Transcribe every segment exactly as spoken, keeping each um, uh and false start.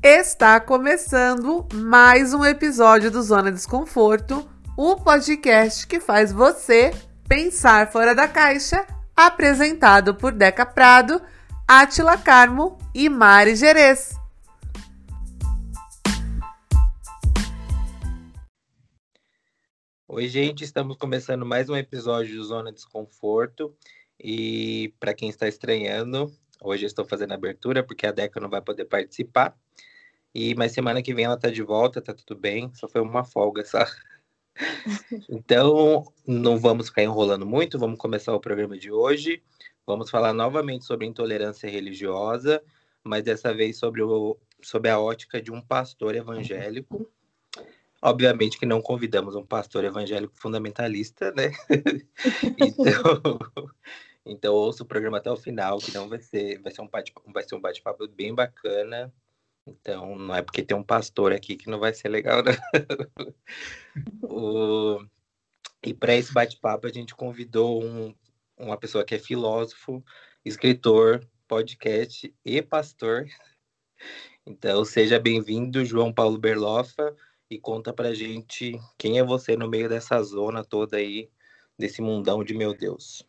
Está começando mais um episódio do Zona Desconforto, o podcast que faz você pensar fora da caixa, apresentado por Deca Prado, Átila Carmo e Mari Gerês. Oi, gente, estamos começando mais um episódio do Zona Desconforto e para quem está estranhando, hoje eu estou fazendo a abertura porque a Deca não vai poder participar, e mas semana que vem ela tá de volta, tá tudo bem, só foi uma folga, só. Então, não vamos ficar enrolando muito, vamos começar o programa de hoje. Vamos falar novamente sobre intolerância religiosa, mas dessa vez sobre, o, sobre a ótica de um pastor evangélico. Obviamente que não convidamos um pastor evangélico fundamentalista, né? então, então ouça o programa até o final, que não vai ser, vai ser um bate, vai ser um bate-papo bem bacana. Então, não é porque tem um pastor aqui que não vai ser legal, né? o, e para esse bate-papo a gente convidou um, uma pessoa que é filósofo, escritor, podcast e pastor. Então, seja bem-vindo, João Paulo Berloffa, e conta pra gente quem é você no meio dessa zona toda aí, desse mundão de meu Deus.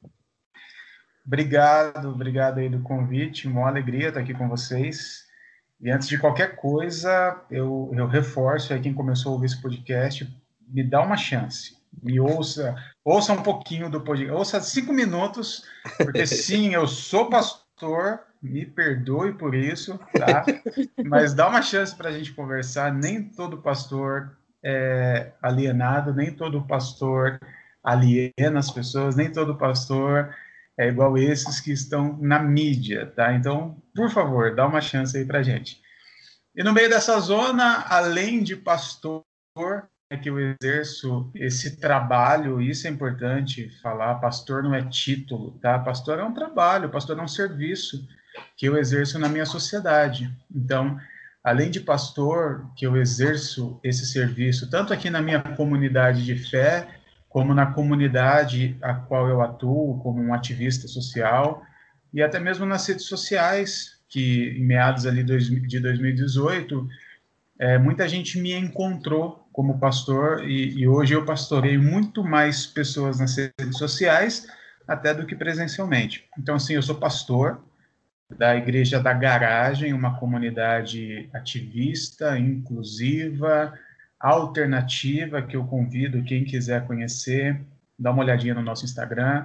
Obrigado, obrigado aí do convite, uma alegria estar aqui com vocês. E antes de qualquer coisa, eu, eu reforço aí quem começou a ouvir esse podcast, me dá uma chance, me ouça, ouça um pouquinho do podcast, ouça cinco minutos, porque sim, eu sou pastor, me perdoe por isso, tá? Mas dá uma chance para a gente conversar, nem todo pastor é alienado, nem todo pastor aliena as pessoas, nem todo pastor é igual esses que estão na mídia, tá? Então, por favor, dá uma chance aí pra gente. E no meio dessa zona, além de pastor, é que eu exerço esse trabalho, isso é importante falar, pastor não é título, tá? Pastor é um trabalho, pastor é um serviço que eu exerço na minha sociedade. Então, além de pastor, que eu exerço esse serviço, tanto aqui na minha comunidade de fé, como na comunidade a qual eu atuo como um ativista social, e até mesmo nas redes sociais, que em meados ali de dois mil e dezoito, é, muita gente me encontrou como pastor, e, e hoje eu pastoreio muito mais pessoas nas redes sociais, até do que presencialmente. Então, assim, eu sou pastor da Igreja da Garagem, uma comunidade ativista, inclusiva, alternativa, que eu convido quem quiser conhecer, dá uma olhadinha no nosso Instagram.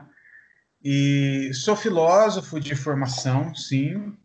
E sou filósofo de formação, sim.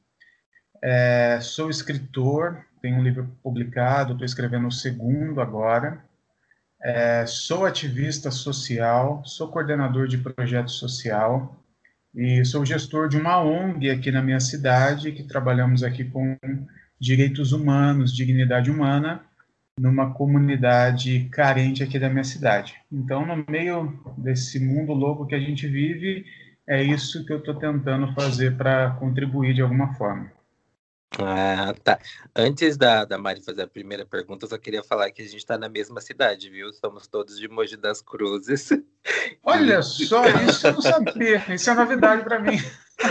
É, sou escritor, tenho um livro publicado, estou escrevendo o segundo agora. É, sou ativista social, sou coordenador de projeto social e sou gestor de uma O N G aqui na minha cidade, que trabalhamos aqui com direitos humanos, dignidade humana, numa comunidade carente aqui da minha cidade. Então, no meio desse mundo louco que a gente vive, é isso que eu estou tentando fazer para contribuir de alguma forma. Ah, tá. Antes da, da Mari fazer a primeira pergunta, eu só queria falar que a gente está na mesma cidade, viu? Somos todos de Mogi das Cruzes. Olha só, isso eu não sabia. Isso é novidade para mim.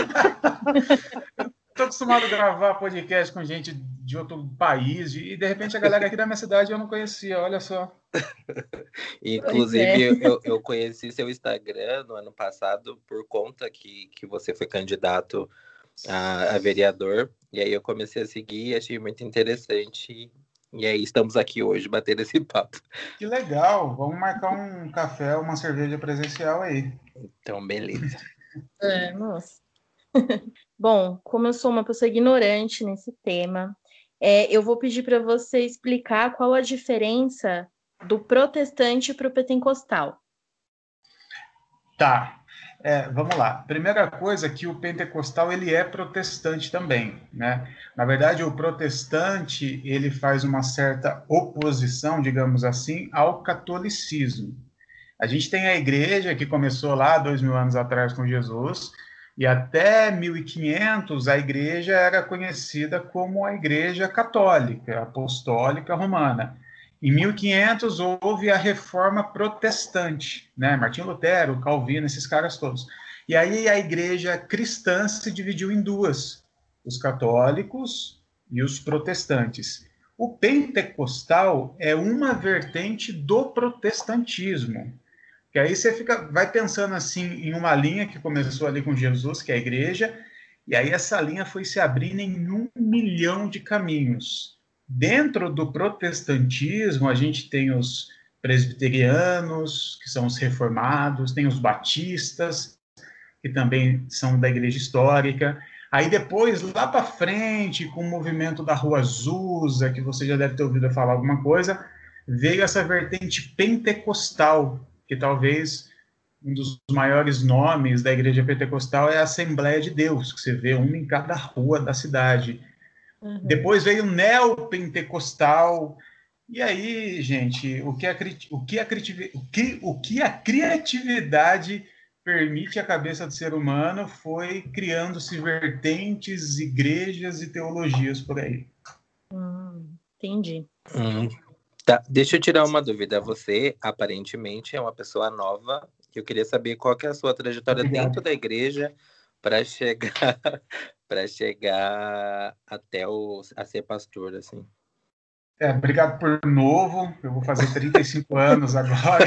Estou acostumado a gravar podcast com gente de outro país e, de repente, a galera aqui da minha cidade eu não conhecia, olha só. Inclusive, é. eu, eu conheci seu Instagram no ano passado por conta que, que você foi candidato a, a vereador, e aí eu comecei a seguir, achei muito interessante, e aí estamos aqui hoje, batendo esse papo. Que legal, vamos marcar um café, uma cerveja presencial aí. Então, beleza. É, nossa. Bom, como eu sou uma pessoa ignorante nesse tema, é, eu vou pedir para você explicar qual a diferença do protestante para o pentecostal. Tá, é, vamos lá. Primeira coisa que o pentecostal ele é protestante também, né? Na verdade, o protestante ele faz uma certa oposição, digamos assim, ao catolicismo. A gente tem a igreja que começou lá dois mil anos atrás com Jesus, e até mil e quinhentos a igreja era conhecida como a igreja católica, apostólica romana. Em mil e quinhentos houve a reforma protestante, né? Martinho Lutero, Calvino, esses caras todos. E aí a igreja cristã se dividiu em duas, os católicos e os protestantes. O pentecostal é uma vertente do protestantismo. Que aí você fica, vai pensando assim em uma linha que começou ali com Jesus, que é a igreja, e aí essa linha foi se abrindo em um milhão de caminhos. Dentro do protestantismo, a gente tem os presbiterianos, que são os reformados, tem os batistas, que também são da igreja histórica. Aí depois, lá para frente, com o movimento da Rua Azusa, que você já deve ter ouvido falar alguma coisa, veio essa vertente pentecostal, que talvez um dos maiores nomes da igreja pentecostal é a Assembleia de Deus, que você vê uma em cada rua da cidade. Uhum. Depois veio o neopentecostal. E aí, gente, o que a, o que a, o que, o que a criatividade permite à cabeça do ser humano foi criando-se vertentes, igrejas e teologias por aí. Hum, entendi. Hum. Tá, deixa eu tirar uma dúvida. Você, aparentemente, é uma pessoa nova. Eu queria saber qual que é a sua trajetória Obrigado. Dentro da igreja para chegar, para chegar até o, a ser pastor, assim. É, obrigado por novo. Eu vou fazer trinta e cinco anos agora.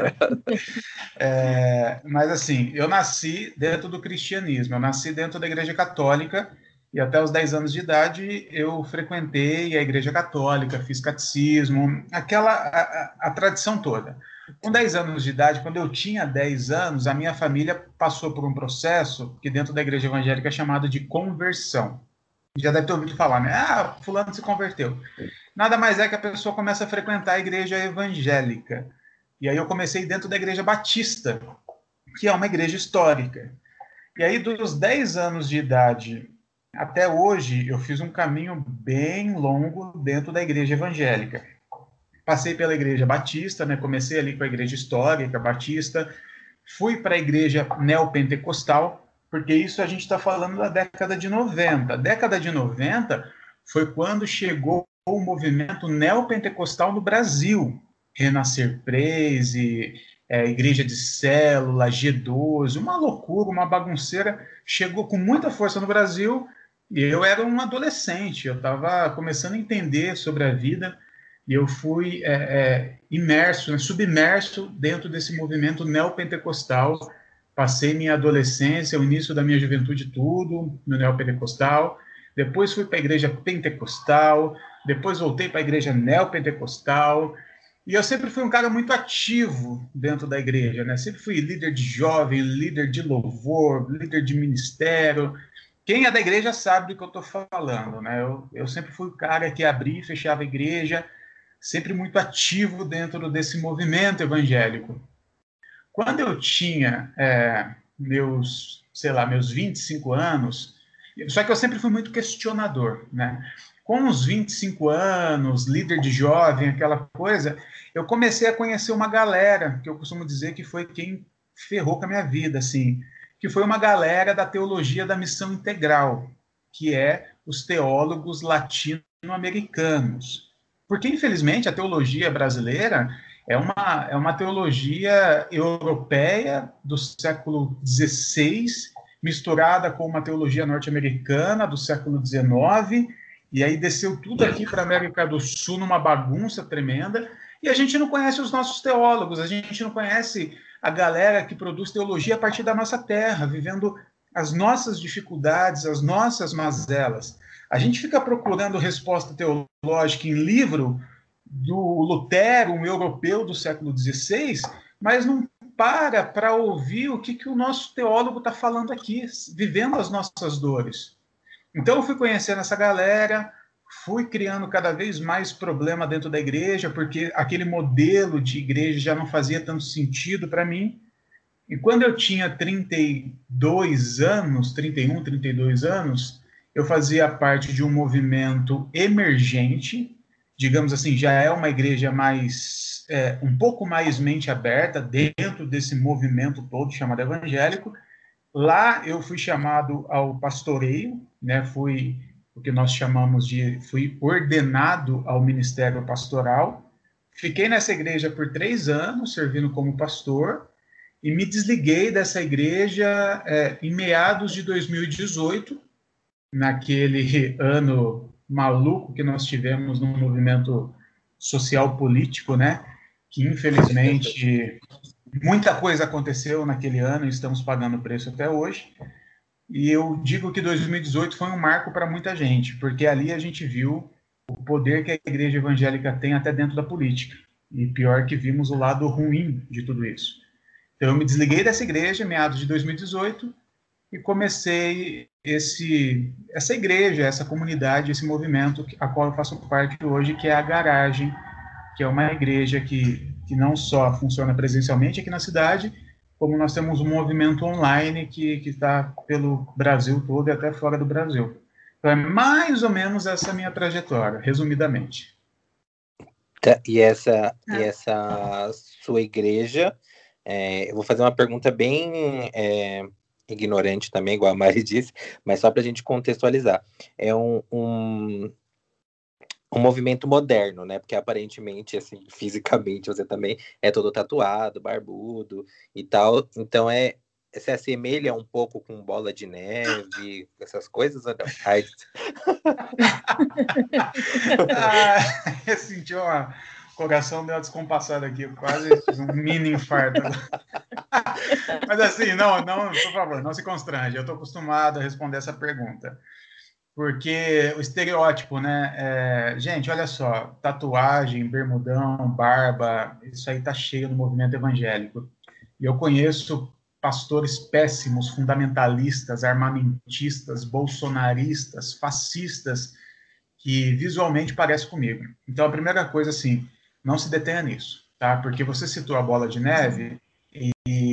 É, mas, assim, eu nasci dentro do cristianismo. Eu nasci dentro da igreja católica. E até os dez anos de idade eu frequentei a igreja católica, fiz catecismo, aquela, a, a, a tradição toda. Com dez anos de idade, quando eu tinha dez anos, a minha família passou por um processo que dentro da igreja evangélica é chamado de conversão. Já deve ter ouvido falar, né? Ah, fulano se converteu. Nada mais é que a pessoa começa a frequentar a igreja evangélica. E aí eu comecei dentro da igreja batista, que é uma igreja histórica. E aí dos dez anos de idade até hoje, eu fiz um caminho bem longo dentro da igreja evangélica. Passei pela igreja batista, né? Comecei ali com a igreja histórica batista, fui para a igreja neopentecostal, porque isso a gente está falando da década de noventa. A década de noventa foi quando chegou o movimento neopentecostal no Brasil. Renascer Praise, é, igreja de célula, G doze, uma loucura, uma bagunceira, chegou com muita força no Brasil. E eu era um adolescente, eu estava começando a entender sobre a vida e eu fui é, é, imerso, né, submerso dentro desse movimento neopentecostal. Passei minha adolescência, o início da minha juventude, tudo no neopentecostal. Depois fui para a igreja pentecostal, depois voltei para a igreja neopentecostal. E eu sempre fui um cara muito ativo dentro da igreja, né? Sempre fui líder de jovem, líder de louvor, líder de ministério. Quem é da igreja sabe do que eu estou falando, né? Eu, eu sempre fui o cara que abria e fechava a igreja, sempre muito ativo dentro desse movimento evangélico. Quando eu tinha é, meus, sei lá, meus vinte e cinco anos, só que eu sempre fui muito questionador, né? Com os vinte e cinco anos, líder de jovem, aquela coisa, eu comecei a conhecer uma galera, que eu costumo dizer que foi quem ferrou com a minha vida, assim, que foi uma galera da teologia da missão integral, que é os teólogos latino-americanos. Porque, infelizmente, a teologia brasileira é uma, é uma teologia europeia do século dezesseis, misturada com uma teologia norte-americana do século dezenove, e aí desceu tudo aqui para a América do Sul numa bagunça tremenda, e a gente não conhece os nossos teólogos, a gente não conhece a galera que produz teologia a partir da nossa terra, vivendo as nossas dificuldades, as nossas mazelas. A gente fica procurando resposta teológica em livro do Lutero, um europeu do século dezesseis, mas não para para ouvir o que, que o nosso teólogo está falando aqui, vivendo as nossas dores. Então eu fui conhecendo essa galera, fui criando cada vez mais problema dentro da igreja, porque aquele modelo de igreja já não fazia tanto sentido para mim. E quando eu tinha trinta e dois anos, trinta e um, trinta e dois anos, eu fazia parte de um movimento emergente, digamos assim, já é uma igreja mais, é, um pouco mais mente aberta dentro desse movimento todo chamado evangélico. Lá eu fui chamado ao pastoreio, né, fui o que nós chamamos de, fui ordenado ao ministério pastoral. Fiquei nessa igreja por três anos, servindo como pastor, e me desliguei dessa igreja é, em meados de dois mil e dezoito, naquele ano maluco que nós tivemos no movimento social político, né? Que infelizmente muita coisa aconteceu naquele ano e estamos pagando o preço até hoje. E eu digo que dois mil e dezoito foi um marco para muita gente, porque ali a gente viu o poder que a igreja evangélica tem até dentro da política. E pior que vimos o lado ruim de tudo isso. Então eu me desliguei dessa igreja em meados de dois mil e dezoito e comecei esse, essa igreja, essa comunidade, esse movimento a qual eu faço parte hoje, que é a Garagem, que é uma igreja que, que não só funciona presencialmente aqui na cidade, como nós temos um movimento online que está pelo Brasil todo e até fora do Brasil. Então é mais ou menos essa minha trajetória, resumidamente. Tá, e, essa, e essa sua igreja, é, eu vou fazer uma pergunta bem é, ignorante também, igual a Mari disse, mas só para a gente contextualizar. É um, um, um movimento moderno, né? Porque aparentemente, assim, fisicamente, você também é todo tatuado, barbudo e tal. Então, é, se assemelha um pouco com Bola de Neve, essas coisas ou não? Ai, ah, eu senti uma... O coração deu uma descompassada aqui, eu quase fiz um mini infarto. Mas assim, não, não, por favor, não se constrange. Eu estou acostumado a responder essa pergunta. Porque o estereótipo, né? É... Gente, olha só, tatuagem, bermudão, barba, isso aí tá cheio no movimento evangélico. E eu conheço pastores péssimos, fundamentalistas, armamentistas, bolsonaristas, fascistas, que visualmente parece comigo. Então, a primeira coisa, assim, não se detenha nisso, tá? Porque você citou a Bola de Neve e,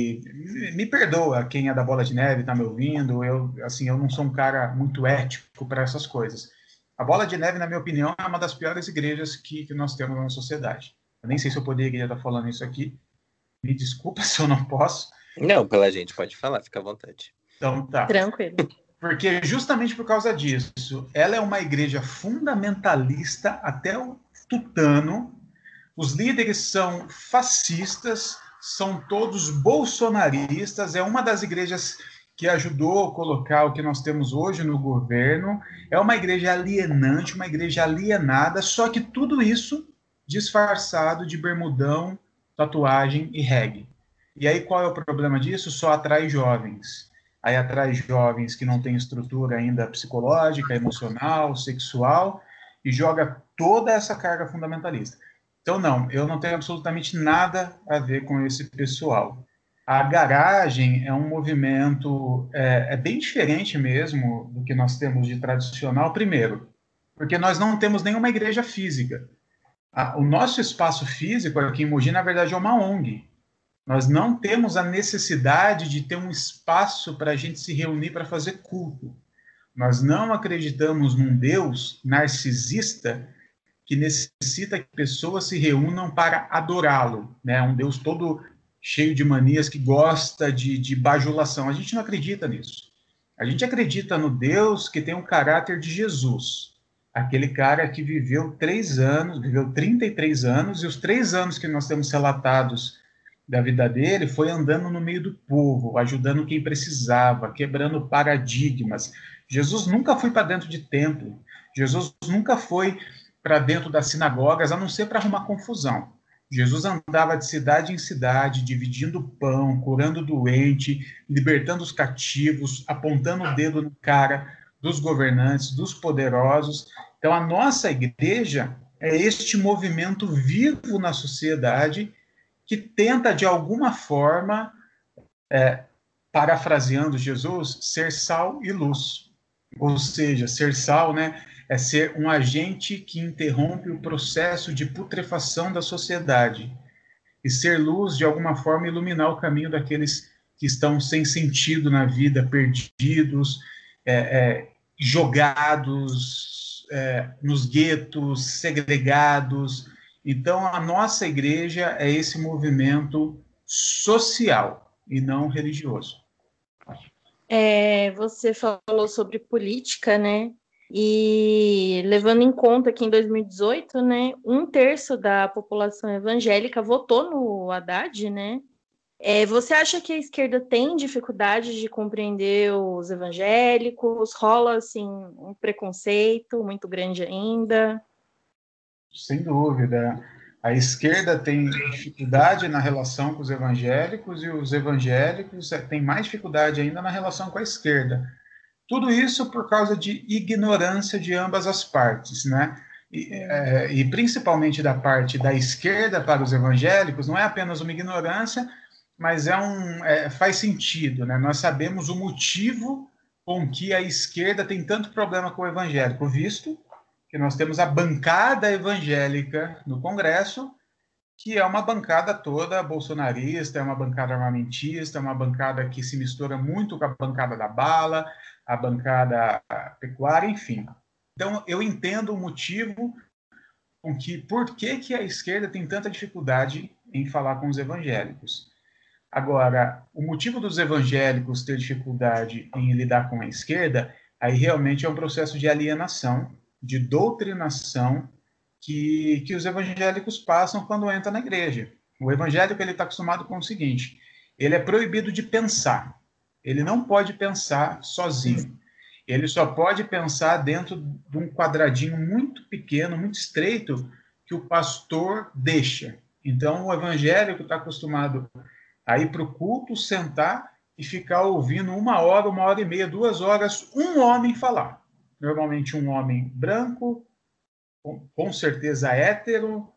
e me perdoa quem é da Bola de Neve, tá me ouvindo, eu, assim, eu não sou um cara muito ético para essas coisas. A Bola de Neve, na minha opinião, é uma das piores igrejas que, que nós temos na sociedade. Eu nem sei se eu poderia estar falando isso aqui, me desculpa se eu não posso. Não, pela gente, pode falar, fica à vontade. Então, tá. Tranquilo. Porque justamente por causa disso, ela é uma igreja fundamentalista até o tutano, os líderes são fascistas, são todos bolsonaristas, é uma das igrejas que ajudou a colocar o que nós temos hoje no governo, é uma igreja alienante, uma igreja alienada, só que tudo isso disfarçado de bermudão, tatuagem e reggae. E aí qual é o problema disso? Só atrai jovens. Aí atrai jovens que não têm estrutura ainda psicológica, emocional, sexual, e joga toda essa carga fundamentalista. Então, não, eu não tenho absolutamente nada a ver com esse pessoal. A Garagem é um movimento, é, é bem diferente mesmo do que nós temos de tradicional, primeiro, porque nós não temos nenhuma igreja física. A, o nosso espaço físico aqui em Mogi, na verdade, é uma O N G. Nós não temos a necessidade de ter um espaço para a gente se reunir para fazer culto. Nós não acreditamos num Deus narcisista que necessita que pessoas se reúnam para adorá-lo, né? Um Deus todo cheio de manias que gosta de, de bajulação. A gente não acredita nisso. A gente acredita no Deus que tem o caráter de Jesus, aquele cara que viveu três anos, viveu trinta e três anos, e os três anos que nós temos relatados da vida dele foi andando no meio do povo, ajudando quem precisava, quebrando paradigmas. Jesus nunca foi para dentro de templo. Jesus nunca foi para dentro das sinagogas, a não ser para arrumar confusão. Jesus andava de cidade em cidade, dividindo pão, curando doente, libertando os cativos, apontando o dedo no cara dos governantes, dos poderosos. Então, a nossa igreja é este movimento vivo na sociedade que tenta, de alguma forma, é, parafraseando Jesus, ser sal e luz. Ou seja, ser sal, né, é ser um agente que interrompe o processo de putrefação da sociedade. E ser luz, de alguma forma, iluminar o caminho daqueles que estão sem sentido na vida, perdidos, é, é, jogados é, nos guetos, segregados. Então, a nossa igreja é esse movimento social e não religioso. É, você falou sobre política, né? E levando em conta que em dois mil e dezoito, né, um terço da população evangélica votou no Haddad, né? É, você acha que a esquerda tem dificuldade de compreender os evangélicos? Rola, assim, um preconceito muito grande ainda? Sem dúvida. A esquerda tem dificuldade na relação com os evangélicos e os evangélicos têm mais dificuldade ainda na relação com a esquerda. Tudo isso por causa de ignorância de ambas as partes, né? E, é, e principalmente da parte da esquerda para os evangélicos, não é apenas uma ignorância, mas é um, é, faz sentido, né? Nós sabemos o motivo com que a esquerda tem tanto problema com o evangélico, visto que nós temos a bancada evangélica no Congresso, que é uma bancada toda bolsonarista, é uma bancada armamentista, é uma bancada que se mistura muito com a bancada da bala, a bancada pecuária, enfim. Então, eu entendo o motivo com que, por que, que a esquerda tem tanta dificuldade em falar com os evangélicos. Agora, o motivo dos evangélicos ter dificuldade em lidar com a esquerda, aí realmente é um processo de alienação, de doutrinação que, que os evangélicos passam quando entram na igreja. O evangélico ele está acostumado com o seguinte, ele é proibido de pensar, ele não pode pensar sozinho, ele só pode pensar dentro de um quadradinho muito pequeno, muito estreito, que o pastor deixa. Então, o evangélico está acostumado a ir para o culto, sentar e ficar ouvindo uma hora, uma hora e meia, duas horas, um homem falar. Normalmente um homem branco, com, com certeza hétero,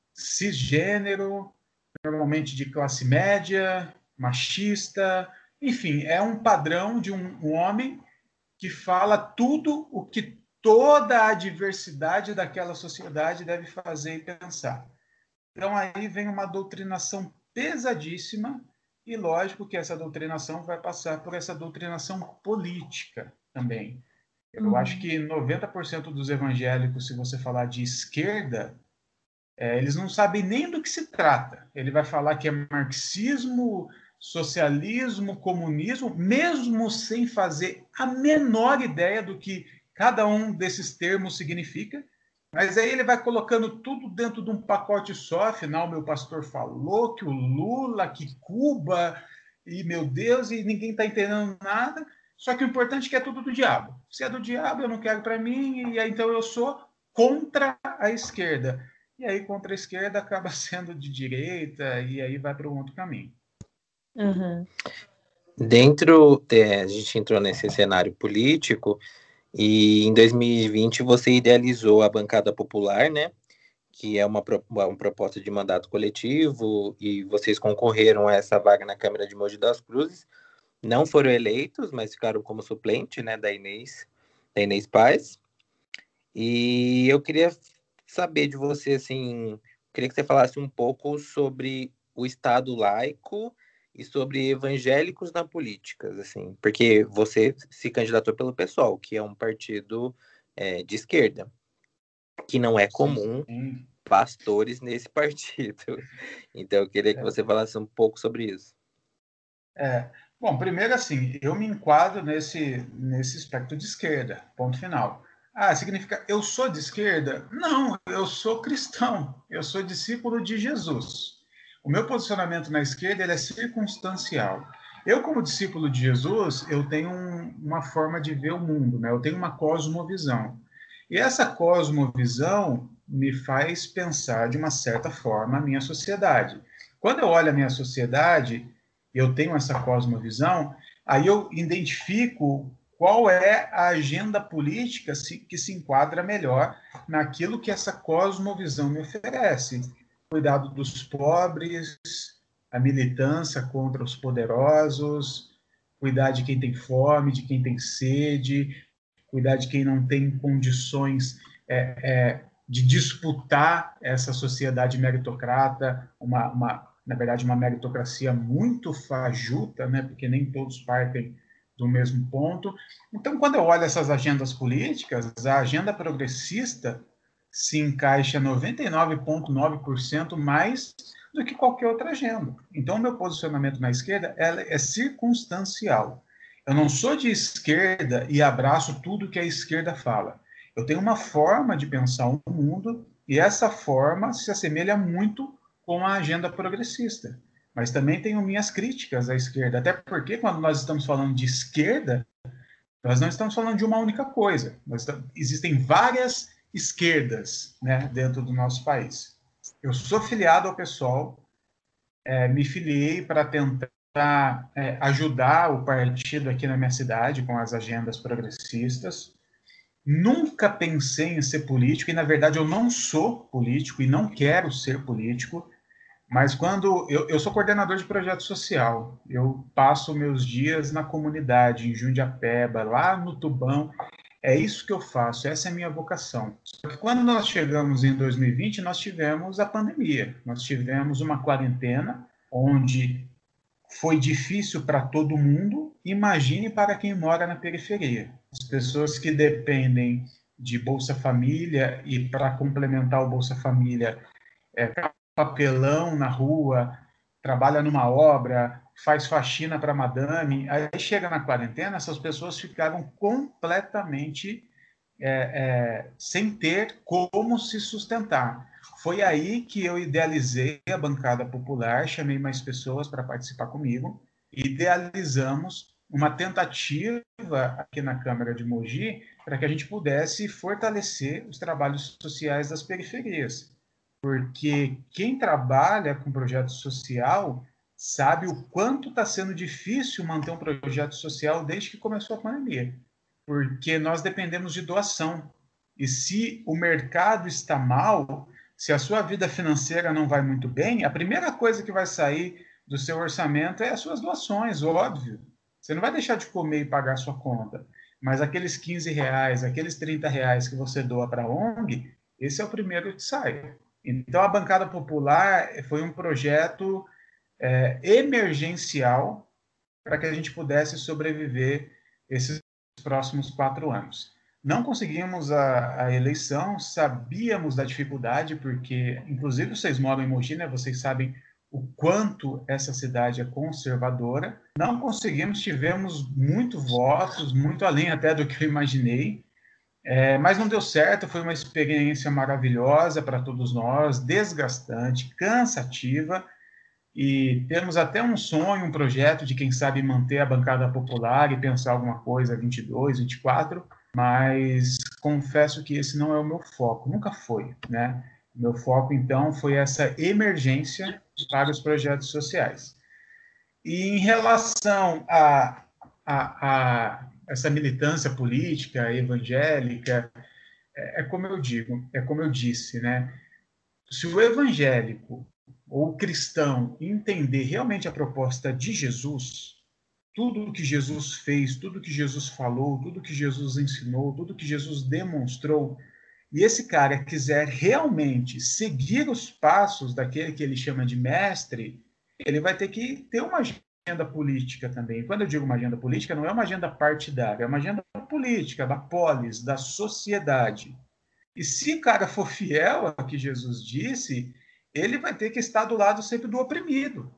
cisgênero, normalmente de classe média, machista, enfim, é um padrão de um, um homem que fala tudo o que toda a diversidade daquela sociedade deve fazer e pensar. Então aí vem uma doutrinação pesadíssima e lógico que essa doutrinação vai passar por essa doutrinação política também. Eu uhum. acho que noventa por cento dos evangélicos, se você falar de esquerda, é, eles não sabem nem do que se trata. Ele vai falar que é marxismo, socialismo, comunismo, mesmo sem fazer a menor ideia do que cada um desses termos significa. Mas aí ele vai colocando tudo dentro de um pacote só. Afinal, meu pastor falou que o Lula, que Cuba, e meu Deus, e ninguém está entendendo nada. Só que o importante é que é tudo do diabo. Se é do diabo, eu não quero para mim, e aí, então eu sou contra a esquerda. E aí, contra a esquerda, acaba sendo de direita, e aí vai para um outro caminho. Uhum. Dentro, é, a gente entrou nesse cenário político, e em dois mil e vinte você idealizou a Bancada Popular, né? Que é uma, uma proposta de mandato coletivo, e vocês concorreram a essa vaga na Câmara de Mogi das Cruzes. Não foram eleitos, mas ficaram como suplente, né, da Inês, da Inês Paz. E eu queria saber de você, assim, queria que você falasse um pouco sobre o Estado laico e sobre evangélicos na política, assim, porque você se candidatou pelo PSOL, que é um partido é, de esquerda, que não é comum sim. pastores nesse partido. Então, eu queria que você falasse um pouco sobre isso. É, bom, primeiro assim, eu me enquadro nesse, nesse espectro de esquerda, ponto final. Ah, significa eu sou de esquerda? Não, eu sou cristão, eu sou discípulo de Jesus. O meu posicionamento na esquerda ele é circunstancial. Eu, como discípulo de Jesus, eu tenho um, uma forma de ver o mundo, né? Eu tenho uma cosmovisão. E essa cosmovisão me faz pensar de uma certa forma a minha sociedade. Quando eu olho a minha sociedade, eu tenho essa cosmovisão, aí eu identifico qual é a agenda política que se enquadra melhor naquilo que essa cosmovisão me oferece. Cuidado dos pobres, a militância contra os poderosos, cuidar de quem tem fome, de quem tem sede, cuidar de quem não tem condições é, é, de disputar essa sociedade meritocrata, uma, uma, na verdade, uma meritocracia muito fajuta, né, porque nem todos partem do mesmo ponto. Então, quando eu olho essas agendas políticas, a agenda progressista se encaixa noventa e nove vírgula nove por cento mais do que qualquer outra agenda. Então, o meu posicionamento na esquerda ela é circunstancial. Eu não sou de esquerda e abraço tudo que a esquerda fala. Eu tenho uma forma de pensar o mundo e essa forma se assemelha muito com a agenda progressista. mas também tenho minhas críticas à esquerda, até porque quando nós estamos falando de esquerda, nós não estamos falando de uma única coisa. Nós estamos, existem várias esquerdas, né, dentro do nosso país. Eu sou filiado ao PSOL, é, me filiei para tentar é, ajudar o partido aqui na minha cidade com as agendas progressistas. Nunca pensei em ser político, e na verdade eu não sou político e não quero ser político. Mas quando eu, eu sou coordenador de projeto social, eu passo meus dias na comunidade, em Jundiapeba, lá no Tubão, é isso que eu faço, essa é a minha vocação. Só que quando nós chegamos em dois mil e vinte, nós tivemos a pandemia, nós tivemos uma quarentena, onde foi difícil para todo mundo, imagine para quem mora na periferia. As pessoas que dependem de Bolsa Família, e para complementar o Bolsa Família, é, papelão na rua, trabalha numa obra, faz faxina para madame, aí chega na quarentena, essas pessoas ficaram completamente é, é, sem ter como se sustentar. Foi aí que eu idealizei a bancada popular, chamei mais pessoas para participar comigo, e idealizamos uma tentativa aqui na Câmara de Mogi para que a gente pudesse fortalecer os trabalhos sociais das periferias. Porque quem trabalha com projeto social sabe o quanto está sendo difícil manter um projeto social desde que começou a pandemia. Porque nós dependemos de doação. E se o mercado está mal, se a sua vida financeira não vai muito bem, a primeira coisa que vai sair do seu orçamento é as suas doações, óbvio. Você não vai deixar de comer e pagar a sua conta. Mas aqueles quinze reais, aqueles trinta reais que você doa para a O N G, esse é o primeiro que sai. Então, a Bancada Popular foi um projeto é, emergencial para que a gente pudesse sobreviver esses próximos quatro anos. Não conseguimos a, a eleição, sabíamos da dificuldade, porque, inclusive, vocês moram em Mogi, né? Vocês sabem o quanto essa cidade é conservadora. Não conseguimos, tivemos muitos votos, muito além até do que eu imaginei. É, mas não deu certo, foi uma experiência maravilhosa para todos nós, desgastante, cansativa, e temos até um sonho, um projeto de, quem sabe, manter a bancada popular e pensar alguma coisa vinte e dois, vinte e quatro, mas confesso que esse não é o meu foco, nunca foi, né? Meu foco, então, foi essa emergência para os projetos sociais. E em relação a, a, a essa militância política, evangélica, é, é como eu digo, é como eu disse, né? Se o evangélico ou o cristão entender realmente a proposta de Jesus, tudo o que Jesus fez, tudo o que Jesus falou, tudo o que Jesus ensinou, tudo o que Jesus demonstrou, e esse cara quiser realmente seguir os passos daquele que ele chama de mestre, ele vai ter que ter uma agenda política também. Quando eu digo uma agenda política, não é uma agenda partidária, é uma agenda política, da polis, da sociedade. E se o cara for fiel ao que Jesus disse, ele vai ter que estar do lado sempre do oprimido.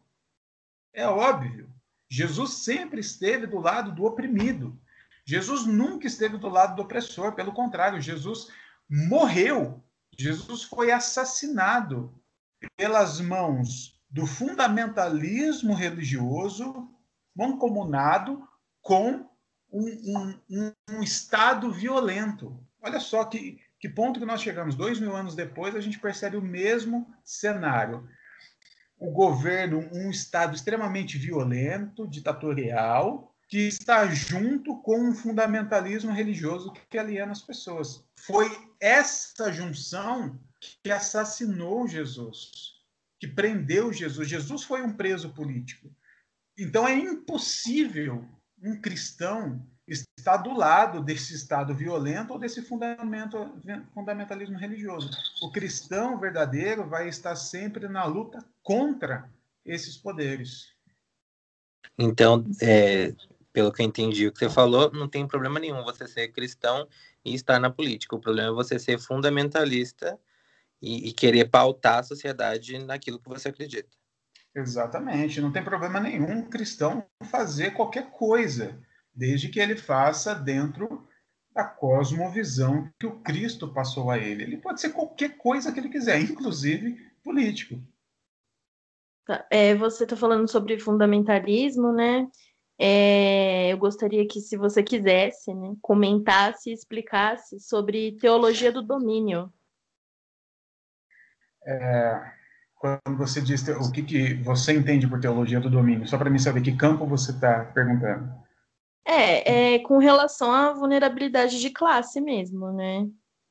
É óbvio. Jesus sempre esteve do lado do oprimido. Jesus nunca esteve do lado do opressor. Pelo contrário, Jesus morreu. Jesus foi assassinado pelas mãos do fundamentalismo religioso mancomunado com um, um, um Estado violento. Olha só que, que ponto que nós chegamos. Dois mil anos depois, a gente percebe o mesmo cenário. O governo, um Estado extremamente violento, ditatorial, que está junto com um fundamentalismo religioso que aliena as pessoas. Foi essa junção que assassinou Jesus, que prendeu Jesus. Jesus foi um preso político. Então é impossível um cristão estar do lado desse Estado violento ou desse fundamento, fundamentalismo religioso. O cristão verdadeiro vai estar sempre na luta contra esses poderes. Então, é, pelo que eu entendi o que você falou, não tem problema nenhum você ser cristão e estar na política. O problema é você ser fundamentalista e, e querer pautar a sociedade naquilo que você acredita. Exatamente. Não tem problema nenhum o cristão fazer qualquer coisa, desde que ele faça dentro da cosmovisão que o Cristo passou a ele. Ele pode ser qualquer coisa que ele quiser, inclusive político. Tá. É, você está falando sobre fundamentalismo, né? É, eu gostaria que, se você quisesse, né, comentasse e explicasse sobre teologia do domínio. É, quando você diz te- o que, que você entende por teologia do domínio, só para mim saber que campo você está perguntando. É, é com relação à vulnerabilidade de classe mesmo, né?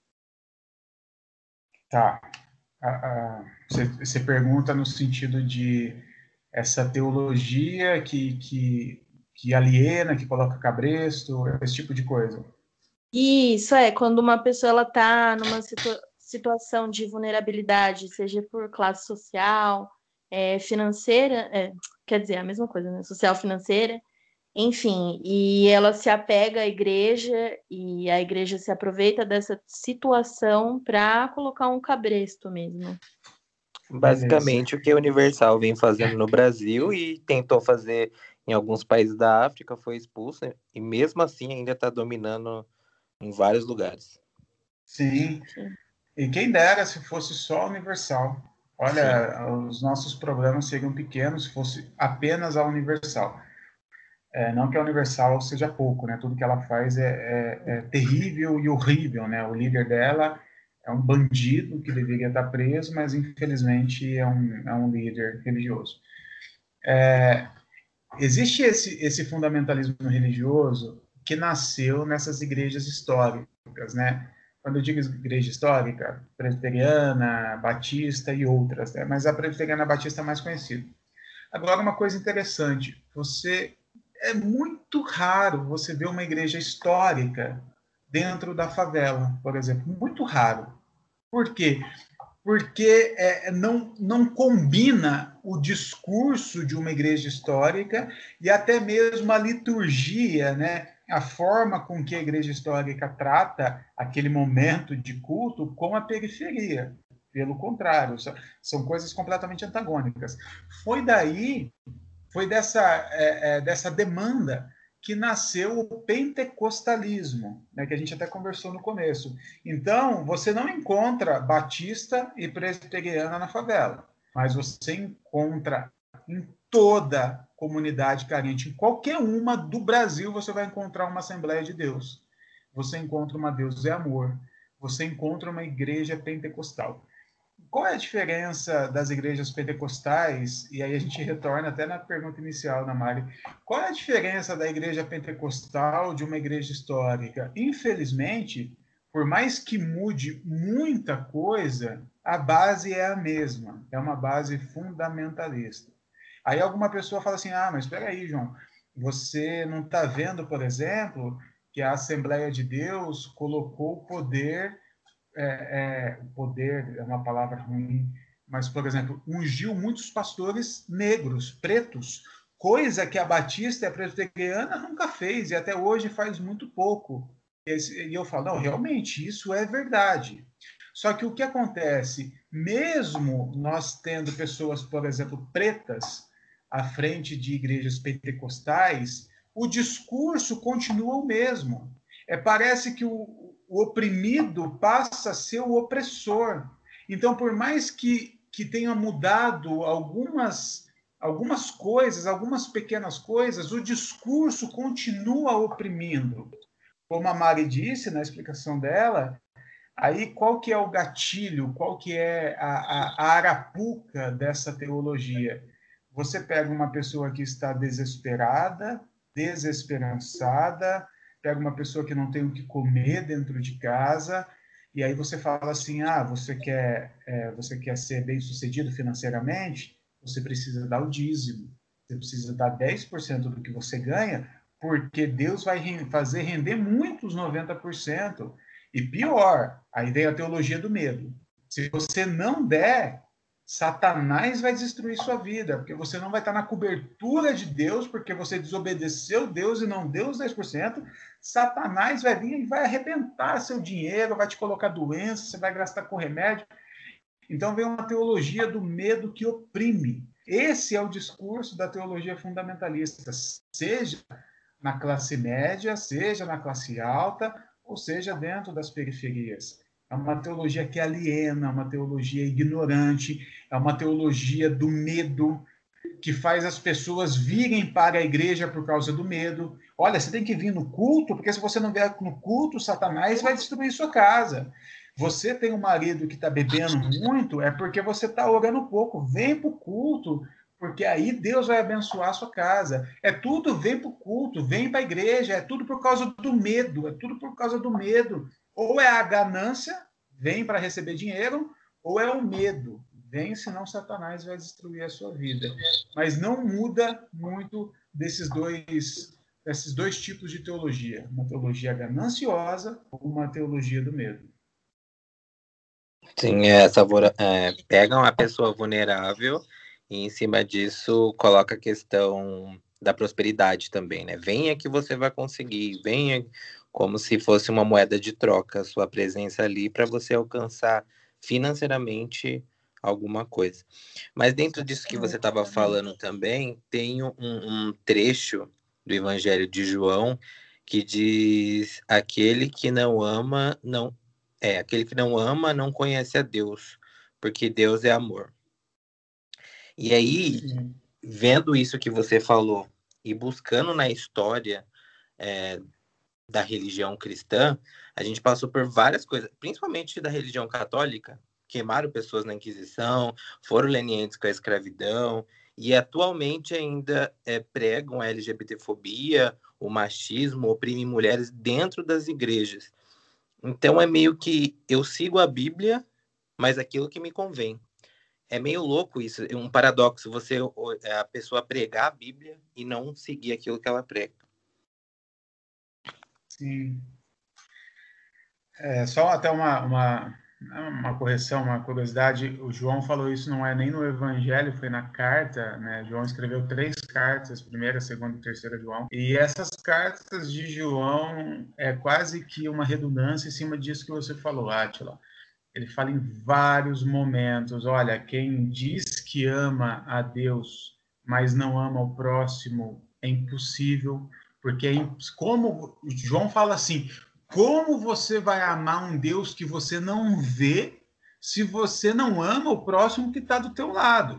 Tá. A- a- você, você pergunta no sentido de essa teologia que, que, que aliena, que coloca cabresto, esse tipo de coisa. Isso é quando uma pessoa ela está numa situa- situação de vulnerabilidade, seja por classe social, é, financeira, é, quer dizer, a mesma coisa, né? Social, financeira, enfim, e ela se apega à igreja e a igreja se aproveita dessa situação para colocar um cabresto mesmo. Beleza. Basicamente, o que a Universal vem fazendo no Brasil e tentou fazer em alguns países da África foi expulsa e mesmo assim ainda está dominando em vários lugares. Sim. Sim, E quem dera se fosse só Universal. Sim. Olha, os nossos problemas seriam pequenos se fosse apenas a Universal. É, não que a Universal seja pouco, né? Tudo que ela faz é, é, é terrível e horrível, né? O líder dela é um bandido que deveria estar preso, mas infelizmente é um, é um líder religioso. É, existe esse, esse fundamentalismo religioso que nasceu nessas igrejas históricas, né? Quando eu digo igreja histórica, presbiteriana, batista e outras, né? Mas a presbiteriana batista é mais conhecida. Agora, uma coisa interessante, você é muito raro você ver uma igreja histórica dentro da favela, por exemplo, muito raro. Por quê? Porque é, não, não combina o discurso de uma igreja histórica e até mesmo a liturgia, né? A forma com que a igreja histórica trata aquele momento de culto com a periferia. Pelo contrário, são coisas completamente antagônicas. Foi daí, foi dessa, é, é, dessa demanda que nasceu o pentecostalismo, né, que a gente até conversou no começo. Então, você não encontra batista e presbiteriana na favela, mas você encontra em toda comunidade carente, em qualquer uma do Brasil, você vai encontrar uma Assembleia de Deus. Você encontra uma Deus é amor. Você encontra uma igreja pentecostal. Qual é a diferença das igrejas pentecostais? E aí a gente retorna até na pergunta inicial, na Mari. Qual é a diferença da igreja pentecostal de uma igreja histórica? Infelizmente, por mais que mude muita coisa, a base é a mesma. É uma base fundamentalista. Aí alguma pessoa fala assim: ah, mas espera aí, João, você não está vendo, por exemplo, que a Assembleia de Deus colocou o poder é, é, o poder é uma palavra ruim, mas, por exemplo, ungiu muitos pastores negros, pretos, coisa que a Batista e a Presbiteriana nunca fez e até hoje faz muito pouco. E eu falo, não, realmente, isso é verdade. Só que o que acontece, mesmo nós tendo pessoas, por exemplo, pretas à frente de igrejas pentecostais, o discurso continua o mesmo. É, parece que o, o oprimido passa a ser o opressor. Então, por mais que, que tenha mudado algumas, algumas coisas, algumas pequenas coisas, o discurso continua oprimindo. Como a Mari disse na explicação dela, aí qual que é o gatilho, qual que é a, a, a arapuca dessa teologia? Você pega uma pessoa que está desesperada, desesperançada, pega uma pessoa que não tem o que comer dentro de casa, e aí você fala assim, ah, você quer, é, você quer ser bem-sucedido financeiramente? Você precisa dar o dízimo, você precisa dar dez por cento do que você ganha, porque Deus vai fazer render muitos noventa por cento. E pior, aí vem a teologia do medo. Se você não der, Satanás vai destruir sua vida, porque você não vai estar na cobertura de Deus, porque você desobedeceu Deus e não deu os dez por cento. Satanás vai vir e vai arrebentar seu dinheiro, vai te colocar doença, você vai gastar com remédio. Então vem uma teologia do medo que oprime. Esse é o discurso da teologia fundamentalista, seja na classe média, seja na classe alta, ou seja dentro das periferias. É uma teologia que aliena, é uma teologia ignorante, é uma teologia do medo, que faz as pessoas virem para a igreja por causa do medo. Olha, você tem que vir no culto, porque se você não vier no culto, Satanás vai destruir sua casa. Você tem um marido que está bebendo muito, é porque você está orando pouco. Vem para o culto, porque aí Deus vai abençoar a sua casa. É tudo, vem para o culto, vem para a igreja, é tudo por causa do medo, é tudo por causa do medo. Ou é a ganância, vem para receber dinheiro, ou é o medo, vem, senão Satanás vai destruir a sua vida. Mas não muda muito desses dois, desses dois tipos de teologia. Uma teologia gananciosa ou uma teologia do medo. Sim, essa é, pega uma pessoa vulnerável e em cima disso coloca a questão da prosperidade também, né? Venha que você vai conseguir, venha como se fosse uma moeda de troca, a sua presença ali para você alcançar financeiramente alguma coisa. Mas dentro disso que você estava falando também, tem um, um trecho do Evangelho de João que diz: aquele que não ama, não é, aquele que não ama não conhece a Deus, porque Deus é amor. E aí, Sim. vendo isso que você falou e buscando na história é, da religião cristã, a gente passou por várias coisas, principalmente da religião católica, queimaram pessoas na Inquisição, foram lenientes com a escravidão, e atualmente ainda é, pregam a LGBTfobia, o machismo, oprimem mulheres dentro das igrejas. Então é meio que eu sigo a Bíblia, mas aquilo que me convém. É meio louco isso, é um paradoxo, você a pessoa pregar a Bíblia e não seguir aquilo que ela prega. Sim. É, só até uma, uma, uma correção, uma curiosidade, o João falou isso, não é nem no Evangelho, foi na carta, né? João escreveu três cartas, primeira, segunda e terceira João, e essas cartas de João é quase que uma redundância em cima disso que você falou, Átila. Ele fala em vários momentos, olha, quem diz que ama a Deus, mas não ama o próximo, é impossível, porque é imp... como João fala assim, como você vai amar um Deus que você não vê se você não ama o próximo que está do teu lado?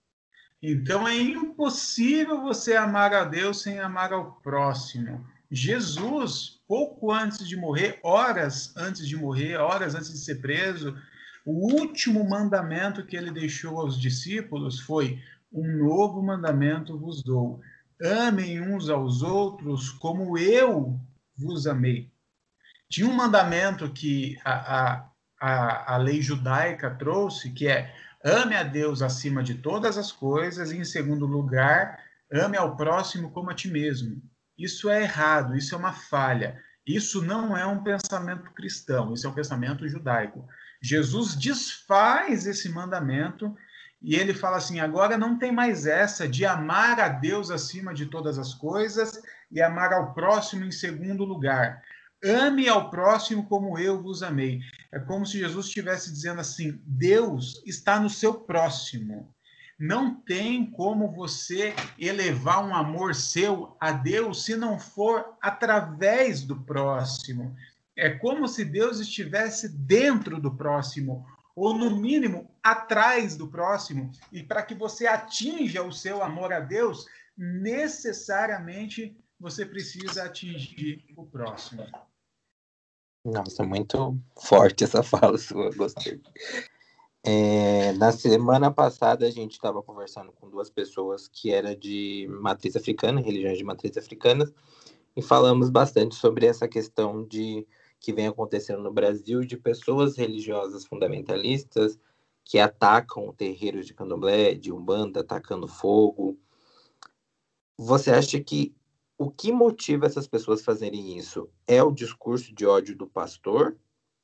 Então é impossível você amar a Deus sem amar ao próximo. Jesus, pouco antes de morrer, horas antes de morrer, horas antes de ser preso, o último mandamento que ele deixou aos discípulos foi: um novo mandamento vos dou. Amem uns aos outros como eu vos amei. Tinha um mandamento que a, a, a lei judaica trouxe, que é: ame a Deus acima de todas as coisas e, em segundo lugar, ame ao próximo como a ti mesmo. Isso é errado, isso é uma falha. Isso não é um pensamento cristão, isso é um pensamento judaico. Jesus desfaz esse mandamento e ele fala assim: agora não tem mais essa de amar a Deus acima de todas as coisas e amar ao próximo em segundo lugar. Ame ao próximo como eu vos amei. É como se Jesus estivesse dizendo assim: Deus está no seu próximo. Não tem como você elevar um amor seu a Deus se não for através do próximo. É como se Deus estivesse dentro do próximo, ou no mínimo atrás do próximo. E para que você atinja o seu amor a Deus, necessariamente você precisa atingir o próximo. Nossa, muito forte essa fala sua, gostei. É, na semana passada a gente estava conversando com duas pessoas que eram de matriz africana, religiões de matriz africana, e falamos bastante sobre essa questão de que vem acontecendo no Brasil de pessoas religiosas fundamentalistas que atacam terreiros de candomblé, de umbanda, atacando fogo. Você acha que o que motiva essas pessoas a fazerem isso é o discurso de ódio do pastor?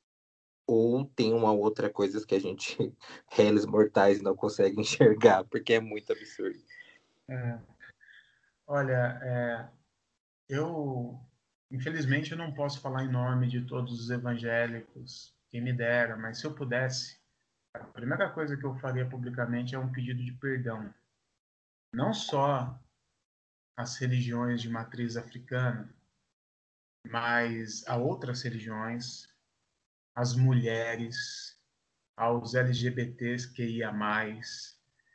Ou tem uma outra coisa que a gente, réis mortais, não consegue enxergar, porque é muito absurdo? É. Olha, é, eu, infelizmente, eu não posso falar em nome de todos os evangélicos, quem me dera, mas se eu pudesse, a primeira coisa que eu faria publicamente é um pedido de perdão. Não só às religiões de matriz africana, mas a outras religiões, às mulheres, aos L G B Ts Q I A mais,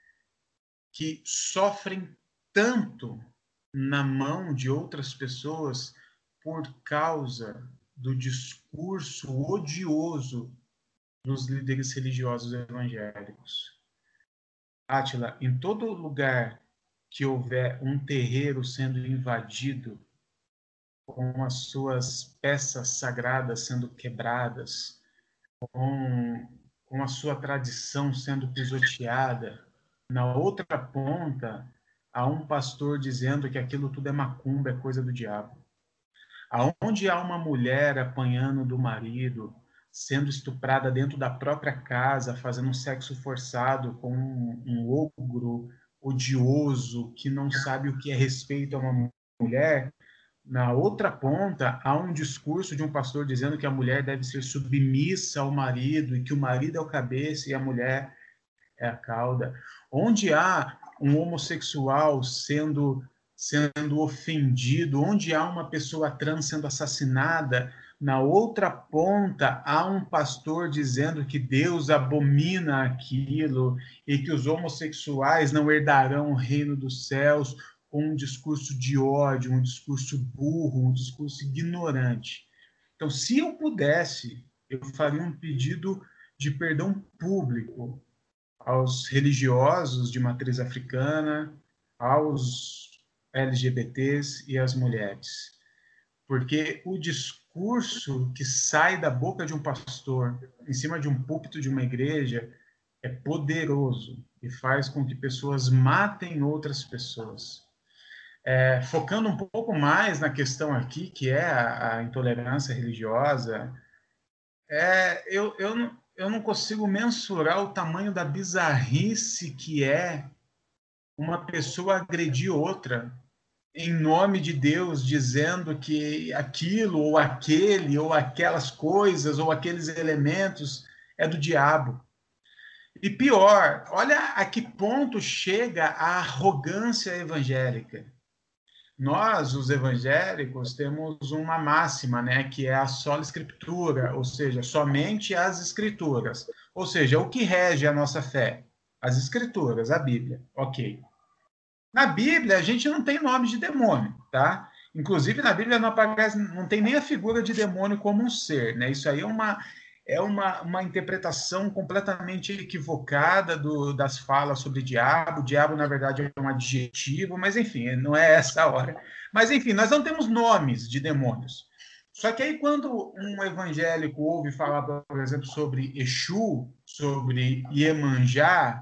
que sofrem tanto na mão de outras pessoas por causa do discurso odioso dos líderes religiosos evangélicos. Átila, em todo lugar que houver um terreiro sendo invadido, com as suas peças sagradas sendo quebradas, com, com a sua tradição sendo pisoteada, na outra ponta, há um pastor dizendo que aquilo tudo é macumba, é coisa do diabo. Aonde há uma mulher apanhando do marido, sendo estuprada dentro da própria casa, fazendo um sexo forçado com um, um ogro odioso que não sabe o que é respeito a uma mulher, na outra ponta há um discurso de um pastor dizendo que a mulher deve ser submissa ao marido e que o marido é o cabeça e a mulher é a cauda. Onde há um homossexual sendo sendo ofendido, onde há uma pessoa trans sendo assassinada, na outra ponta há um pastor dizendo que Deus abomina aquilo e que os homossexuais não herdarão o reino dos céus, com um discurso de ódio, um discurso burro, um discurso ignorante. Então, se eu pudesse, eu faria um pedido de perdão público aos religiosos de matriz africana, aos L G B Ts e às mulheres. Porque o discurso que sai da boca de um pastor, em cima de um púlpito de uma igreja, é poderoso e faz com que pessoas matem outras pessoas. É, focando um pouco mais na questão aqui, que é a, a intolerância religiosa, é, eu, eu, não, eu não consigo mensurar o tamanho da bizarrice que é uma pessoa agredir outra em nome de Deus, dizendo que aquilo, ou aquele, ou aquelas coisas, ou aqueles elementos é do diabo. E pior, olha a que ponto chega a arrogância evangélica. Nós, os evangélicos, temos uma máxima, né, que é a sola escritura, ou seja, somente as escrituras. Ou seja, o que rege a nossa fé? As escrituras, a Bíblia. Ok. Na Bíblia, a gente não tem nome de demônio, tá? Inclusive, na Bíblia não aparece, não tem nem a figura de demônio como um ser, né? Isso aí é uma, é uma, uma interpretação completamente equivocada do, das falas sobre diabo. O diabo, na verdade, é um adjetivo, mas, enfim, não é essa a hora. Mas, enfim, nós não temos nomes de demônios. Só que aí, quando um evangélico ouve falar, por exemplo, sobre Exu, sobre Iemanjá,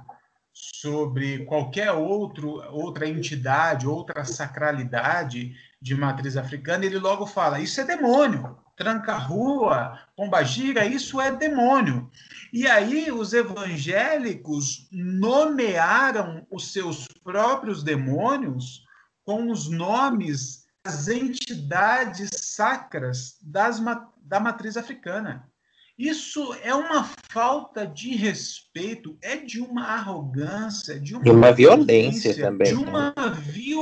sobre qualquer outro, outra entidade, outra sacralidade de matriz africana, ele logo fala, isso é demônio, tranca-rua, pombagira, isso é demônio. E aí os evangélicos nomearam os seus próprios demônios com os nomes das entidades sacras das, da matriz africana. Isso é uma falta de respeito, é de uma arrogância, de uma, de uma violência também. De uma né?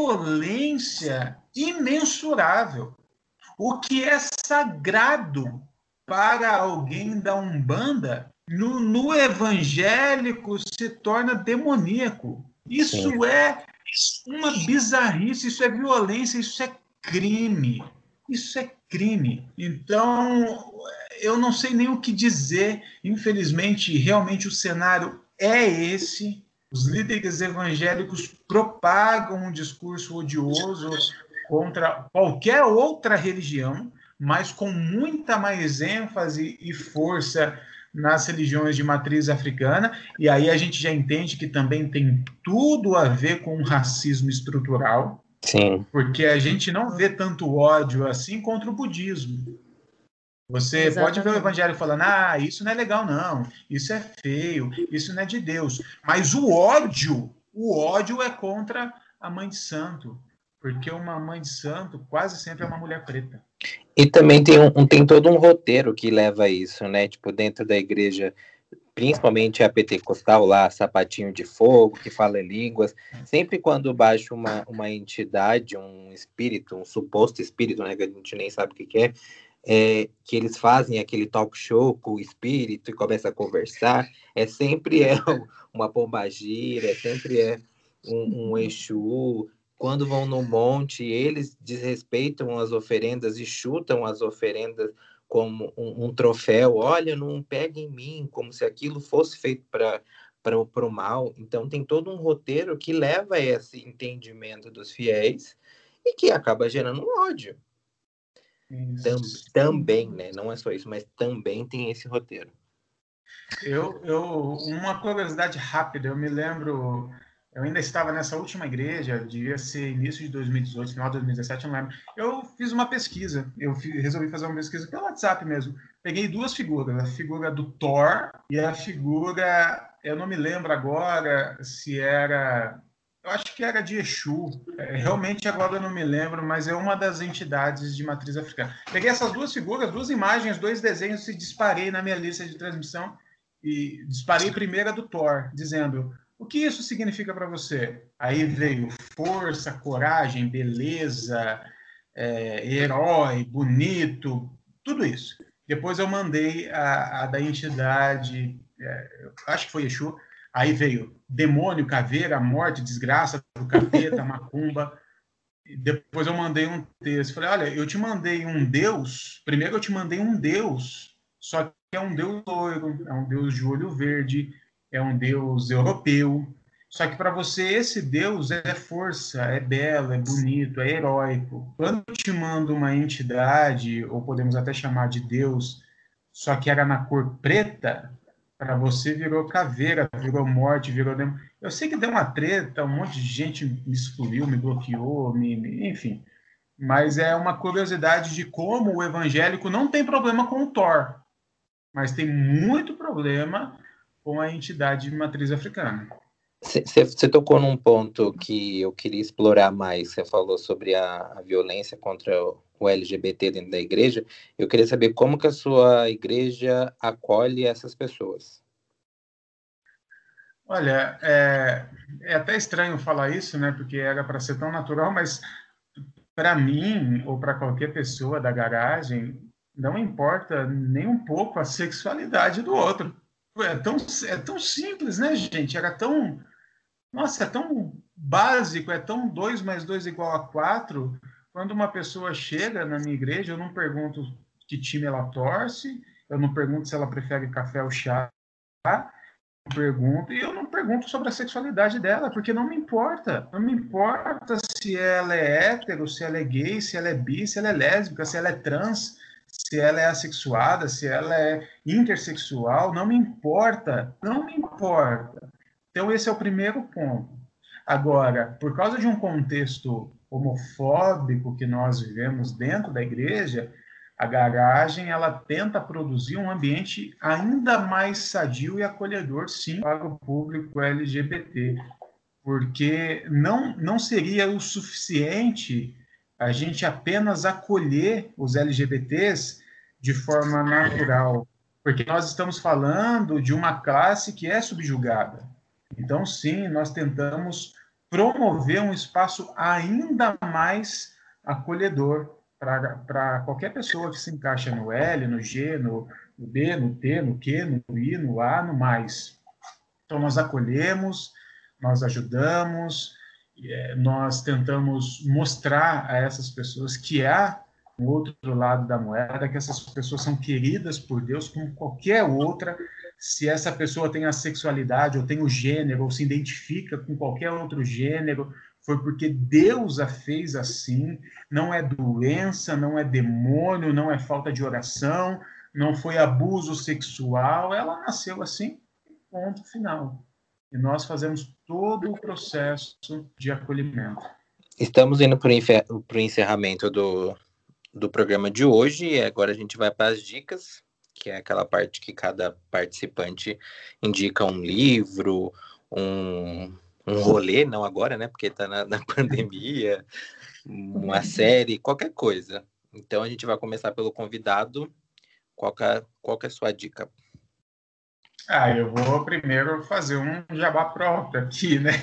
violência imensurável. O que é sagrado para alguém da Umbanda, no, no evangélico se torna demoníaco. Isso Sim. é uma bizarrice, isso é violência, isso é crime. Isso é crime. Então, eu não sei nem o que dizer. Infelizmente, realmente o cenário é esse. Os líderes evangélicos propagam um discurso odioso contra qualquer outra religião, mas com muita mais ênfase e força nas religiões de matriz africana. E aí a gente já entende que também tem tudo a ver com o racismo estrutural. Sim. Porque a gente não vê tanto ódio assim contra o budismo. Você Exatamente. Pode ver o evangelho falando, ah, isso não é legal não, isso é feio, isso não é de Deus. Mas o ódio, o ódio é contra a mãe de santo. Porque uma mãe de santo quase sempre é uma mulher preta. E também tem, um, tem todo um roteiro que leva a isso, né? Tipo, dentro da igreja, principalmente a pentecostal lá, sapatinho de fogo, que fala em línguas, sempre quando baixa uma, uma entidade, um espírito, um suposto espírito, né, que a gente nem sabe o que, que é, é, que eles fazem aquele talk show com o espírito e começam a conversar, é sempre é uma pombagira, é sempre é um, um Exu. Quando vão no monte, eles desrespeitam as oferendas e chutam as oferendas como um, um troféu. Olha, não pega em mim, como se aquilo fosse feito para para o mal. Então tem todo um roteiro que leva a esse entendimento dos fiéis e que acaba gerando um ódio. Tam, também, né? Não é só isso, mas também tem esse roteiro. Eu, eu, uma curiosidade rápida, eu me lembro, eu ainda estava nessa última igreja, devia ser início de dois mil e dezoito, final de dois mil e dezessete, eu não lembro. Eu fiz uma pesquisa, eu fiz, resolvi fazer uma pesquisa pelo WhatsApp mesmo. Peguei duas figuras, a figura do Thor e a figura, eu não me lembro agora se era, eu acho que era de Exu, é, realmente agora eu não me lembro, mas é uma das entidades de matriz africana. Peguei essas duas figuras, duas imagens, dois desenhos e disparei na minha lista de transmissão. E disparei primeiro a do Thor, dizendo: o que isso significa para você? Aí veio força, coragem, beleza, é, herói, bonito, tudo isso. Depois eu mandei a, a da entidade, é, acho que foi Exu, aí veio demônio, caveira, morte, desgraça do capeta, macumba. Depois eu mandei um texto, falei: olha, eu te mandei um deus, primeiro eu te mandei um deus, só que é um deus loiro, é um deus de olho verde, é um deus europeu. Só que para você esse deus é força, é belo, é bonito, é heróico. Quando eu te mando uma entidade, ou podemos até chamar de deus, só que era na cor preta, para você virou caveira, virou morte, virou demônio. Eu sei que deu uma treta, um monte de gente me excluiu, me bloqueou, me, me, enfim. Mas é uma curiosidade de como o evangélico não tem problema com o Thor, mas tem muito problema com a entidade de matriz africana. Você tocou num ponto que eu queria explorar mais. Você falou sobre a, a violência contra o L G B T dentro da igreja. Eu queria saber como que a sua igreja acolhe essas pessoas. Olha, é, é até estranho falar isso, né? Porque era para ser tão natural, mas para mim ou para qualquer pessoa da garagem, não importa nem um pouco a sexualidade do outro. É tão, é tão simples, né, gente? Era tão... Nossa, é tão básico, é tão dois mais dois igual a quatro. Quando uma pessoa chega na minha igreja, eu não pergunto que time ela torce, eu não pergunto se ela prefere café ou chá, eu pergunto, e eu não pergunto sobre a sexualidade dela, porque não me importa. Não me importa se ela é hétero, se ela é gay, se ela é bi, se ela é lésbica, se ela é trans, se ela é assexuada, se ela é intersexual, não me importa, não me importa. Então, esse é o primeiro ponto. Agora, por causa de um contexto homofóbico que nós vivemos dentro da igreja, a garagem ela tenta produzir um ambiente ainda mais sadio e acolhedor, sim, para o público L G B T, porque não, não seria o suficiente a gente apenas acolher os L G B Ts de forma natural, porque nós estamos falando de uma classe que é subjugada. Então, sim, nós tentamos promover um espaço ainda mais acolhedor para qualquer pessoa que se encaixa no L, no G, no, no B, no T, no Q, no I, no A, no mais. Então, nós acolhemos, nós ajudamos, é, nós tentamos mostrar a essas pessoas que há um outro lado da moeda, que essas pessoas são queridas por Deus como qualquer outra. Se essa pessoa tem a sexualidade, ou tem o gênero, ou se identifica com qualquer outro gênero, foi porque Deus a fez assim, não é doença, não é demônio, não é falta de oração, não foi abuso sexual, ela nasceu assim, ponto final. E nós fazemos todo o processo de acolhimento. Estamos indo para o encerramento do, do programa de hoje, e agora a gente vai para as dicas, que é aquela parte que cada participante indica um livro, um, um rolê, não agora, né, porque está na, na pandemia, uma série, qualquer coisa. Então a gente vai começar pelo convidado. Qual que é, qual que é a sua dica? Ah, eu vou primeiro fazer um jabá próprio aqui, né?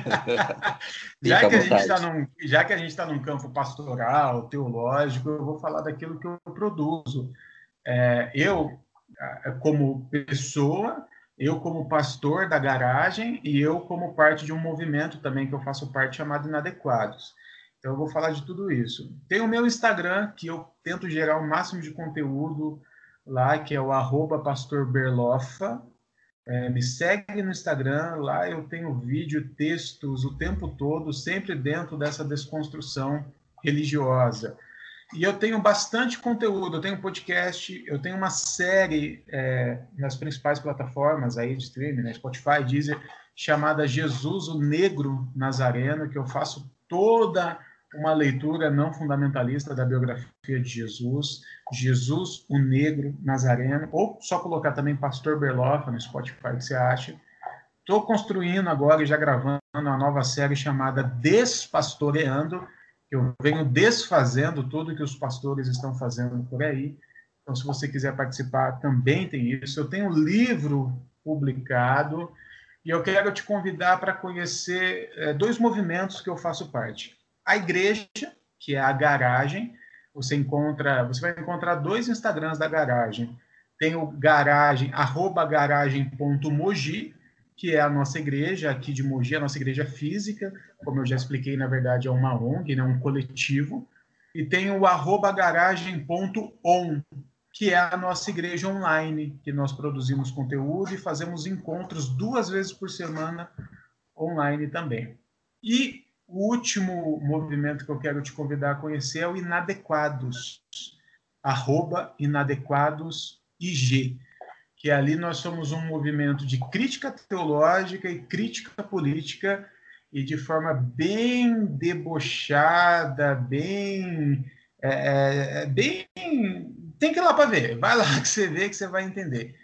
já Fica à que a gente está vontade. num, já que a gente está num campo pastoral, teológico, eu vou falar daquilo que eu produzo. É, eu, como pessoa, eu como pastor da garagem e eu como parte de um movimento também que eu faço parte chamado Inadequados. Então eu vou falar de tudo isso. Tem o meu Instagram, que eu tento gerar o máximo de conteúdo lá, que é o arroba pastorberlofa. É, me segue no Instagram, lá eu tenho vídeo, textos o tempo todo, sempre dentro dessa desconstrução religiosa. E eu tenho bastante conteúdo, eu tenho podcast, eu tenho uma série é, nas principais plataformas aí de streaming, né, Spotify, Deezer, chamada Jesus, o Negro Nazareno, que eu faço toda uma leitura não fundamentalista da biografia de Jesus, Jesus, o Negro Nazareno, ou só colocar também Pastor Berloffa no Spotify, que você acha. Estou construindo agora e já gravando uma nova série chamada Despastoreando. Eu venho desfazendo tudo que os pastores estão fazendo por aí. Então, se você quiser participar, também tem isso. Eu tenho um livro publicado e eu quero te convidar para conhecer é, dois movimentos que eu faço parte. A igreja, que é a Garagem. Você encontra, você vai encontrar dois Instagrams da Garagem. Tem o garagem, arroba garagem.mogi, que é a nossa igreja aqui de Mogi, a nossa igreja física, como eu já expliquei, na verdade é uma O N G, né, um coletivo, e tem o arroba garagem.on, que é a nossa igreja online, que nós produzimos conteúdo e fazemos encontros duas vezes por semana online também. E o último movimento que eu quero te convidar a conhecer é o Inadequados, arroba inadequadosig, que ali nós somos um movimento de crítica teológica e crítica política, e de forma bem debochada, bem, é, bem... Tem que ir lá para ver, vai lá que você vê que você vai entender.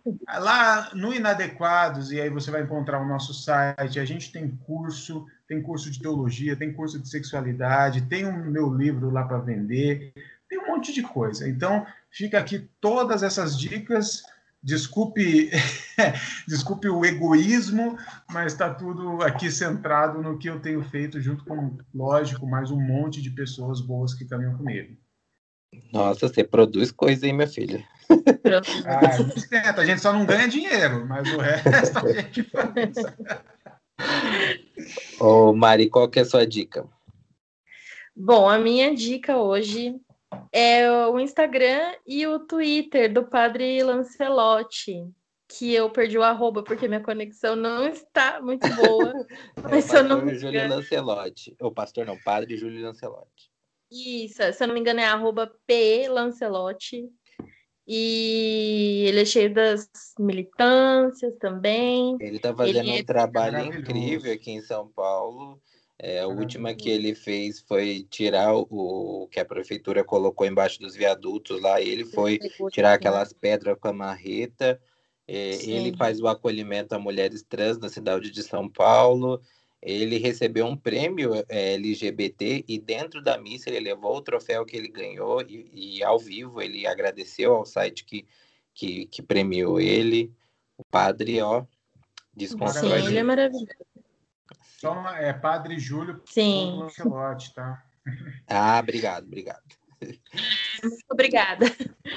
Lá no Inadequados, e aí você vai encontrar o nosso site, a gente tem curso, tem curso de teologia, tem curso de sexualidade, tem um meu livro lá para vender, tem um monte de coisa. Então, fica aqui todas essas dicas. Desculpe, desculpe o egoísmo, mas está tudo aqui centrado no que eu tenho feito, junto com, lógico, mais um monte de pessoas boas que caminham comigo. Nossa, você produz coisa aí, minha filha. Ah, a gente tenta, a gente só não ganha dinheiro, mas o resto a gente faz. Ô, Mari, qual que é a sua dica? Bom, a minha dica hoje é o Instagram e o Twitter do Padre Lancelotti, que eu perdi o arroba porque minha conexão não está muito boa. É o Mas se eu não pastor me Júlio engano, Lancelotti. O pastor não, padre Júlio Lancelotti. isso, se eu não me engano é arroba P Lancelotti. E ele é cheio das militâncias também. Ele está fazendo Ele um é trabalho incrível Maravilhoso. aqui em São Paulo. É, a última que Maravilhoso. ele fez foi tirar o, o que a prefeitura colocou embaixo dos viadutos lá, e ele foi tirar aquelas pedras com a marreta. É, ele Sim. faz o acolhimento a mulheres trans na cidade de São Paulo. Ele recebeu um prêmio é, L G B T e dentro da missa ele levou o troféu que ele ganhou e, e ao vivo ele agradeceu ao site que, que, que premiou ele. O padre, ó, desconstrói Sim, ele é mesmo. maravilhoso. Só é Padre Júlio Sim. Lancelotti, tá? Ah, obrigado, obrigado. Muito obrigada.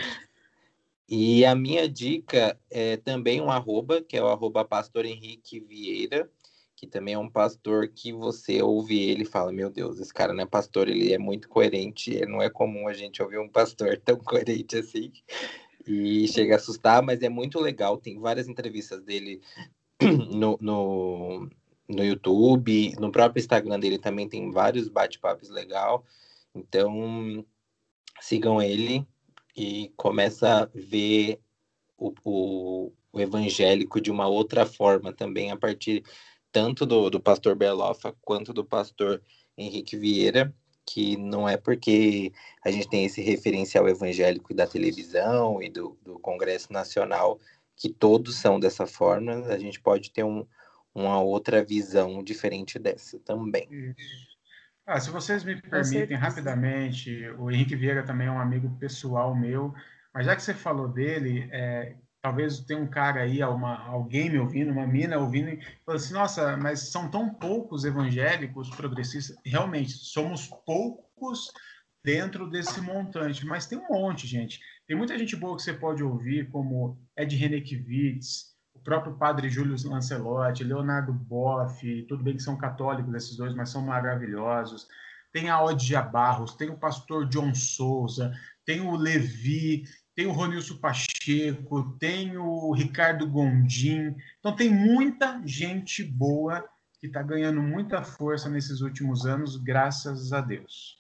E a minha dica é também um arroba, que é o arroba pastor Henrique Vieira, que também é um pastor que você ouve ele e fala, meu Deus, esse cara não é pastor, ele é muito coerente, não é comum a gente ouvir um pastor tão coerente assim, e chega a assustar, mas é muito legal, tem várias entrevistas dele no, no, no YouTube, no próprio Instagram dele também tem vários bate-papos legais, então sigam ele e começa a ver o, o, o evangélico de uma outra forma também, a partir tanto do, do pastor Berloffa quanto do pastor Henrique Vieira, que não é porque a gente tem esse referencial evangélico da televisão e do, do Congresso Nacional que todos são dessa forma, a gente pode ter um, uma outra visão diferente dessa também. Isso. Ah, se vocês me Com permitem, certeza. rapidamente, o Henrique Vieira também é um amigo pessoal meu, mas já que você falou dele, é, talvez tenha um cara aí, uma, alguém me ouvindo, uma mina ouvindo, e fala assim, nossa, mas são tão poucos evangélicos progressistas. Realmente, somos poucos dentro desse montante, mas tem um monte, gente. Tem muita gente boa que você pode ouvir, como Ed Renekiewicz, o próprio padre Júlio Lancelotti, Leonardo Boff, tudo bem que são católicos esses dois, mas são maravilhosos. Tem a Odia Barros, tem o pastor John Souza, tem o Levi, tem o Ronilson Pacheco, tem o Ricardo Gondim. Então tem muita gente boa que está ganhando muita força nesses últimos anos, graças a Deus.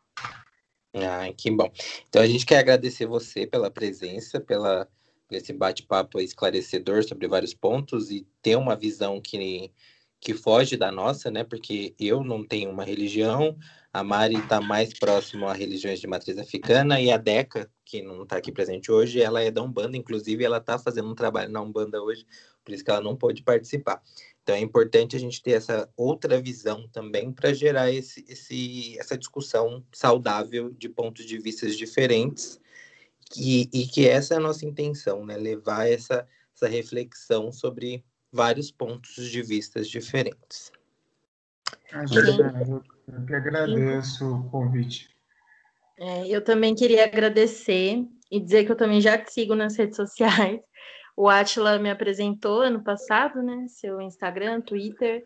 Ah, que bom. Então a gente quer agradecer você pela presença, pela, por esse bate-papo esclarecedor sobre vários pontos e ter uma visão que, que foge da nossa, né? Porque eu não tenho uma religião, a Mari está mais próxima a religiões de matriz africana e a Deca, que não está aqui presente hoje, ela é da Umbanda, inclusive ela está fazendo um trabalho na Umbanda hoje, por isso que ela não pôde participar. Então é importante a gente ter essa outra visão também para gerar esse, esse, essa discussão saudável de pontos de vista diferentes e, e que essa é a nossa intenção, né? Levar essa, essa reflexão sobre vários pontos de vista diferentes. Imagina, eu, eu que agradeço o convite. É, eu também queria agradecer e dizer que eu também já te sigo nas redes sociais. O Átila me apresentou ano passado, né? Seu Instagram, Twitter.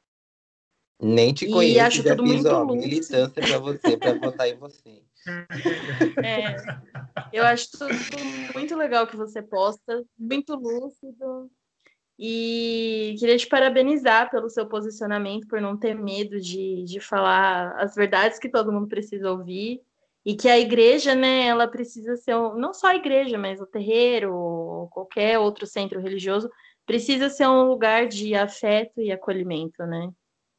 Nem te E conheço, acho já tudo fiz muito ó, lúcido. militância para você, para votar em você. É, eu acho tudo muito legal que você posta, muito lúcido. E queria te parabenizar pelo seu posicionamento, por não ter medo de, de falar as verdades que todo mundo precisa ouvir. E que a igreja, né, ela precisa ser, um, não só a igreja, mas o terreiro, ou qualquer outro centro religioso, precisa ser um lugar de afeto e acolhimento, né?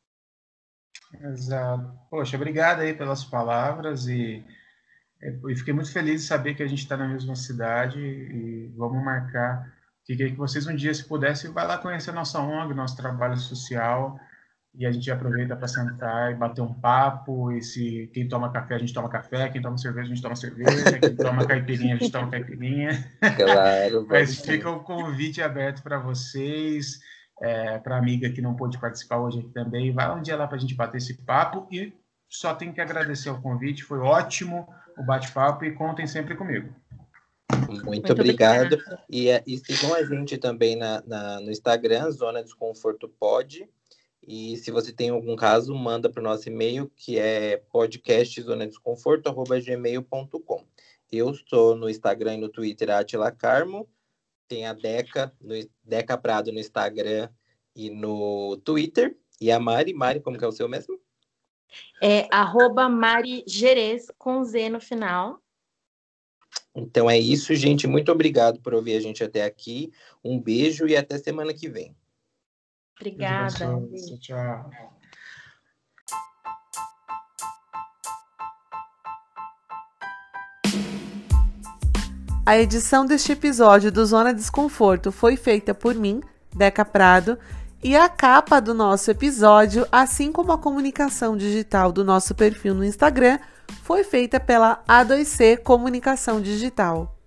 Exato. Poxa, obrigado aí pelas palavras e, e fiquei muito feliz de saber que a gente está na mesma cidade e vamos marcar. Queria que vocês um dia, se pudessem, vai lá conhecer nossa O N G, nosso trabalho social, e a gente aproveita para sentar e bater um papo, e se quem toma café, a gente toma café, quem toma cerveja, a gente toma cerveja, quem toma caipirinha, a gente toma caipirinha. Claro, Mas fica o convite aberto para vocês, é, para a amiga que não pôde participar hoje aqui também. Vai um dia lá para a gente bater esse papo e só tenho que agradecer o convite, foi ótimo o bate-papo e contem sempre comigo. Muito, Muito obrigado. E, e sigam a gente também na, na, no Instagram, Zona Desconforto Pod. E se você tem algum caso, manda para o nosso e-mail, que é podcastzonadesconforto arroba gmail ponto com. Eu estou no Instagram e no Twitter, Átila Carmo. Tem a Deca, no, Deca Prado no Instagram e no Twitter. E a Mari, Mari, como que é o seu mesmo? É arroba Mari Gerês, com Z no final. Então é isso, gente. Muito obrigado por ouvir a gente até aqui. Um beijo e até semana que vem. Obrigada. Tchau. A edição deste episódio do Zona Desconforto foi feita por mim, Deca Prado, e a capa do nosso episódio, assim como a comunicação digital do nosso perfil no Instagram, foi feita pela A dois C Comunicação Digital.